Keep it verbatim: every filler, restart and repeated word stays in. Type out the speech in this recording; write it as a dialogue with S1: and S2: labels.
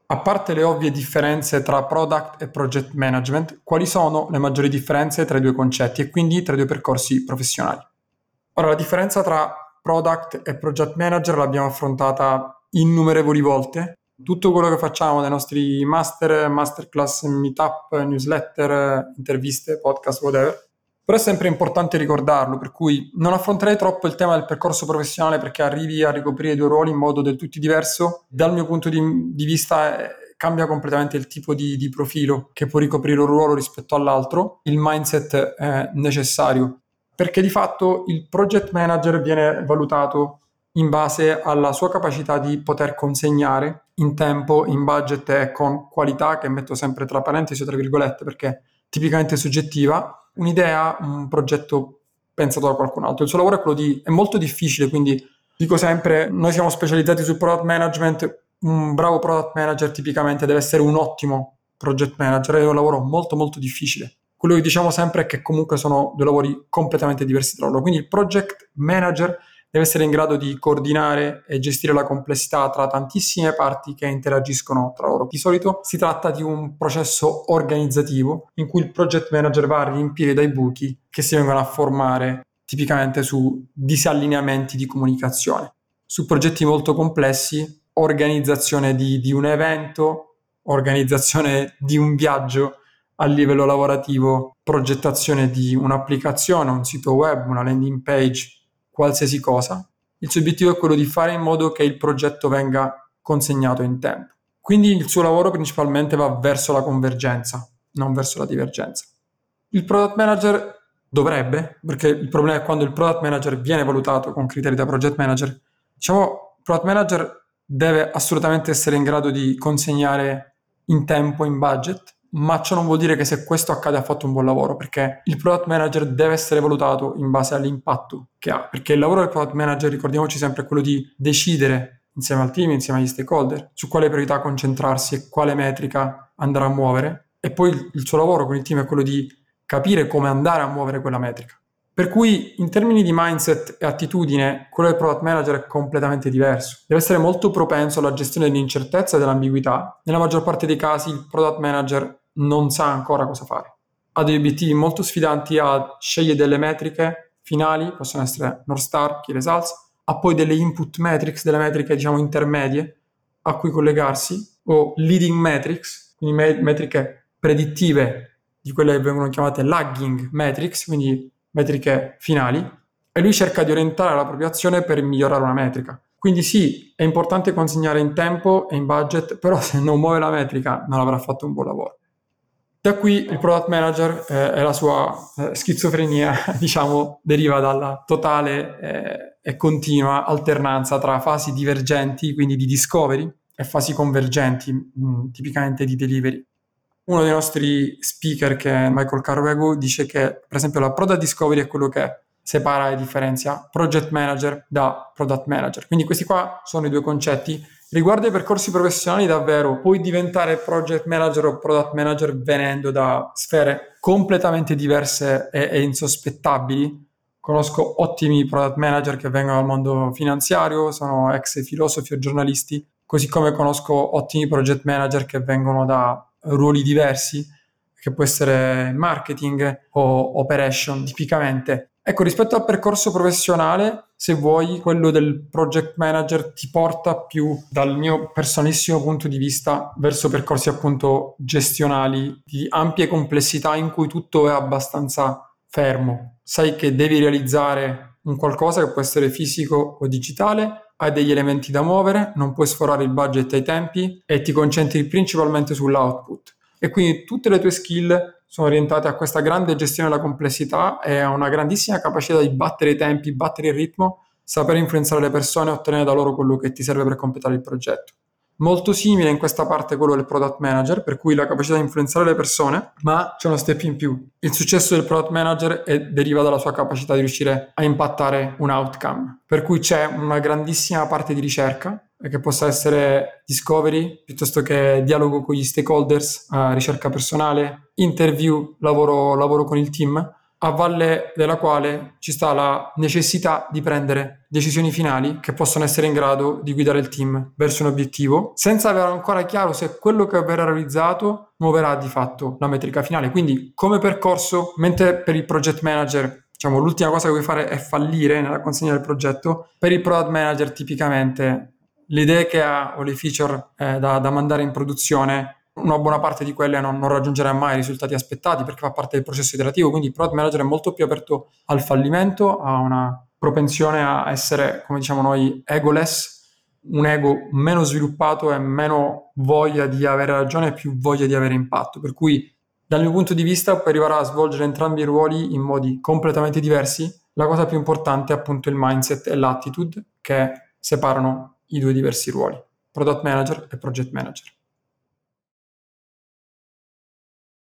S1: A parte le ovvie differenze tra product e project management, quali sono le maggiori differenze tra i due concetti e quindi tra i due percorsi professionali? Ora, la differenza tra product e project manager l'abbiamo affrontata innumerevoli volte. Tutto quello che facciamo nei nostri master, masterclass, meetup, newsletter, interviste, podcast, whatever. Però è sempre importante ricordarlo, per cui non affronterei troppo il tema del percorso professionale perché arrivi a ricoprire due ruoli in modo del tutto diverso. Dal mio punto di, di vista eh, cambia completamente il tipo di, di profilo che può ricoprire un ruolo rispetto all'altro. Il mindset è necessario perché di fatto il project manager viene valutato in base alla sua capacità di poter consegnare in tempo, in budget e con qualità, che metto sempre tra parentesi o tra virgolette perché è tipicamente soggettiva, un'idea, un progetto pensato da qualcun altro. Il suo lavoro è quello di... è molto difficile, quindi dico sempre, noi siamo specializzati sul product management, un bravo product manager tipicamente deve essere un ottimo project manager, è un lavoro molto molto difficile. Quello che diciamo sempre è che comunque sono due lavori completamente diversi tra loro, quindi il project manager deve essere in grado di coordinare e gestire la complessità tra tantissime parti che interagiscono tra loro. Di solito si tratta di un processo organizzativo in cui il project manager va a riempire dai buchi che si vengono a formare tipicamente su disallineamenti di comunicazione. Su progetti molto complessi, organizzazione di, di un evento, organizzazione di un viaggio a livello lavorativo, progettazione di un'applicazione, un sito web, una landing page, qualsiasi cosa. Il suo obiettivo è quello di fare in modo che il progetto venga consegnato in tempo. Quindi il suo lavoro principalmente va verso la convergenza, non verso la divergenza. Il product manager dovrebbe, perché il problema è quando il product manager viene valutato con criteri da project manager, diciamo, il product manager deve assolutamente essere in grado di consegnare in tempo, in budget, ma ciò non vuol dire che se questo accade ha fatto un buon lavoro, perché il product manager deve essere valutato in base all'impatto che ha, perché il lavoro del product manager, ricordiamoci sempre, è quello di decidere insieme al team, insieme agli stakeholder, su quale priorità concentrarsi e quale metrica andrà a muovere, e poi il, il suo lavoro con il team è quello di capire come andare a muovere quella metrica. Per cui in termini di mindset e attitudine, quello del product manager è completamente diverso. Deve essere molto propenso alla gestione dell'incertezza e dell'ambiguità. Nella maggior parte dei casi il product manager non sa ancora cosa fare. Ha degli obiettivi molto sfidanti, a sceglie delle metriche finali, possono essere North Star, Key Results, ha poi delle input metrics, delle metriche diciamo intermedie a cui collegarsi, o leading metrics, quindi me- metriche predittive di quelle che vengono chiamate lagging metrics, quindi metriche finali, e lui cerca di orientare la propria azione per migliorare una metrica. Quindi sì, è importante consegnare in tempo e in budget, però se non muove la metrica non avrà fatto un buon lavoro. Da qui il product manager eh, e la sua eh, schizofrenia, diciamo, deriva dalla totale eh, e continua alternanza tra fasi divergenti, quindi di discovery, e fasi convergenti, mh, tipicamente di delivery. Uno dei nostri speaker, che è Michael Carwego, dice che per esempio la product discovery è quello che separa e differenzia project manager da product manager. Quindi questi qua sono i due concetti. Riguardo ai percorsi professionali, davvero puoi diventare project manager o product manager venendo da sfere completamente diverse e, e insospettabili. Conosco ottimi product manager che vengono dal mondo finanziario, sono ex filosofi o giornalisti, così come conosco ottimi project manager che vengono da ruoli diversi, che può essere marketing o operation tipicamente. Ecco, rispetto al percorso professionale, se vuoi, quello del project manager ti porta più, dal mio personalissimo punto di vista, verso percorsi appunto gestionali di ampie complessità in cui tutto è abbastanza fermo. Sai che devi realizzare un qualcosa che può essere fisico o digitale, hai degli elementi da muovere, non puoi sforare il budget ai tempi e ti concentri principalmente sull'output. E quindi tutte le tue skill sono orientate a questa grande gestione della complessità e a una grandissima capacità di battere i tempi, battere il ritmo, saper influenzare le persone e ottenere da loro quello che ti serve per completare il progetto. Molto simile in questa parte quello del product manager, per cui la capacità di influenzare le persone, ma c'è uno step in più. Il successo del product manager è, deriva dalla sua capacità di riuscire a impattare un outcome, per cui c'è una grandissima parte di ricerca, che possa essere discovery, piuttosto che dialogo con gli stakeholders, uh, ricerca personale, interview, lavoro, lavoro con il team, a valle della quale ci sta la necessità di prendere decisioni finali che possono essere in grado di guidare il team verso un obiettivo, senza avere ancora chiaro se quello che verrà realizzato muoverà di fatto la metrica finale. Quindi, come percorso, mentre per il project manager, diciamo, l'ultima cosa che vuoi fare è fallire nella consegna del progetto, per il product manager tipicamente le idee che ha o le feature eh, da, da mandare in produzione, una buona parte di quelle non, non raggiungerà mai i risultati aspettati perché fa parte del processo iterativo, quindi il product manager è molto più aperto al fallimento, ha una propensione a essere, come diciamo noi, egoless, un ego meno sviluppato e meno voglia di avere ragione e più voglia di avere impatto, per cui dal mio punto di vista poi arriverà a svolgere entrambi i ruoli in modi completamente diversi. La cosa più importante è appunto il mindset e l'attitude che separano i due diversi ruoli, product manager e project manager.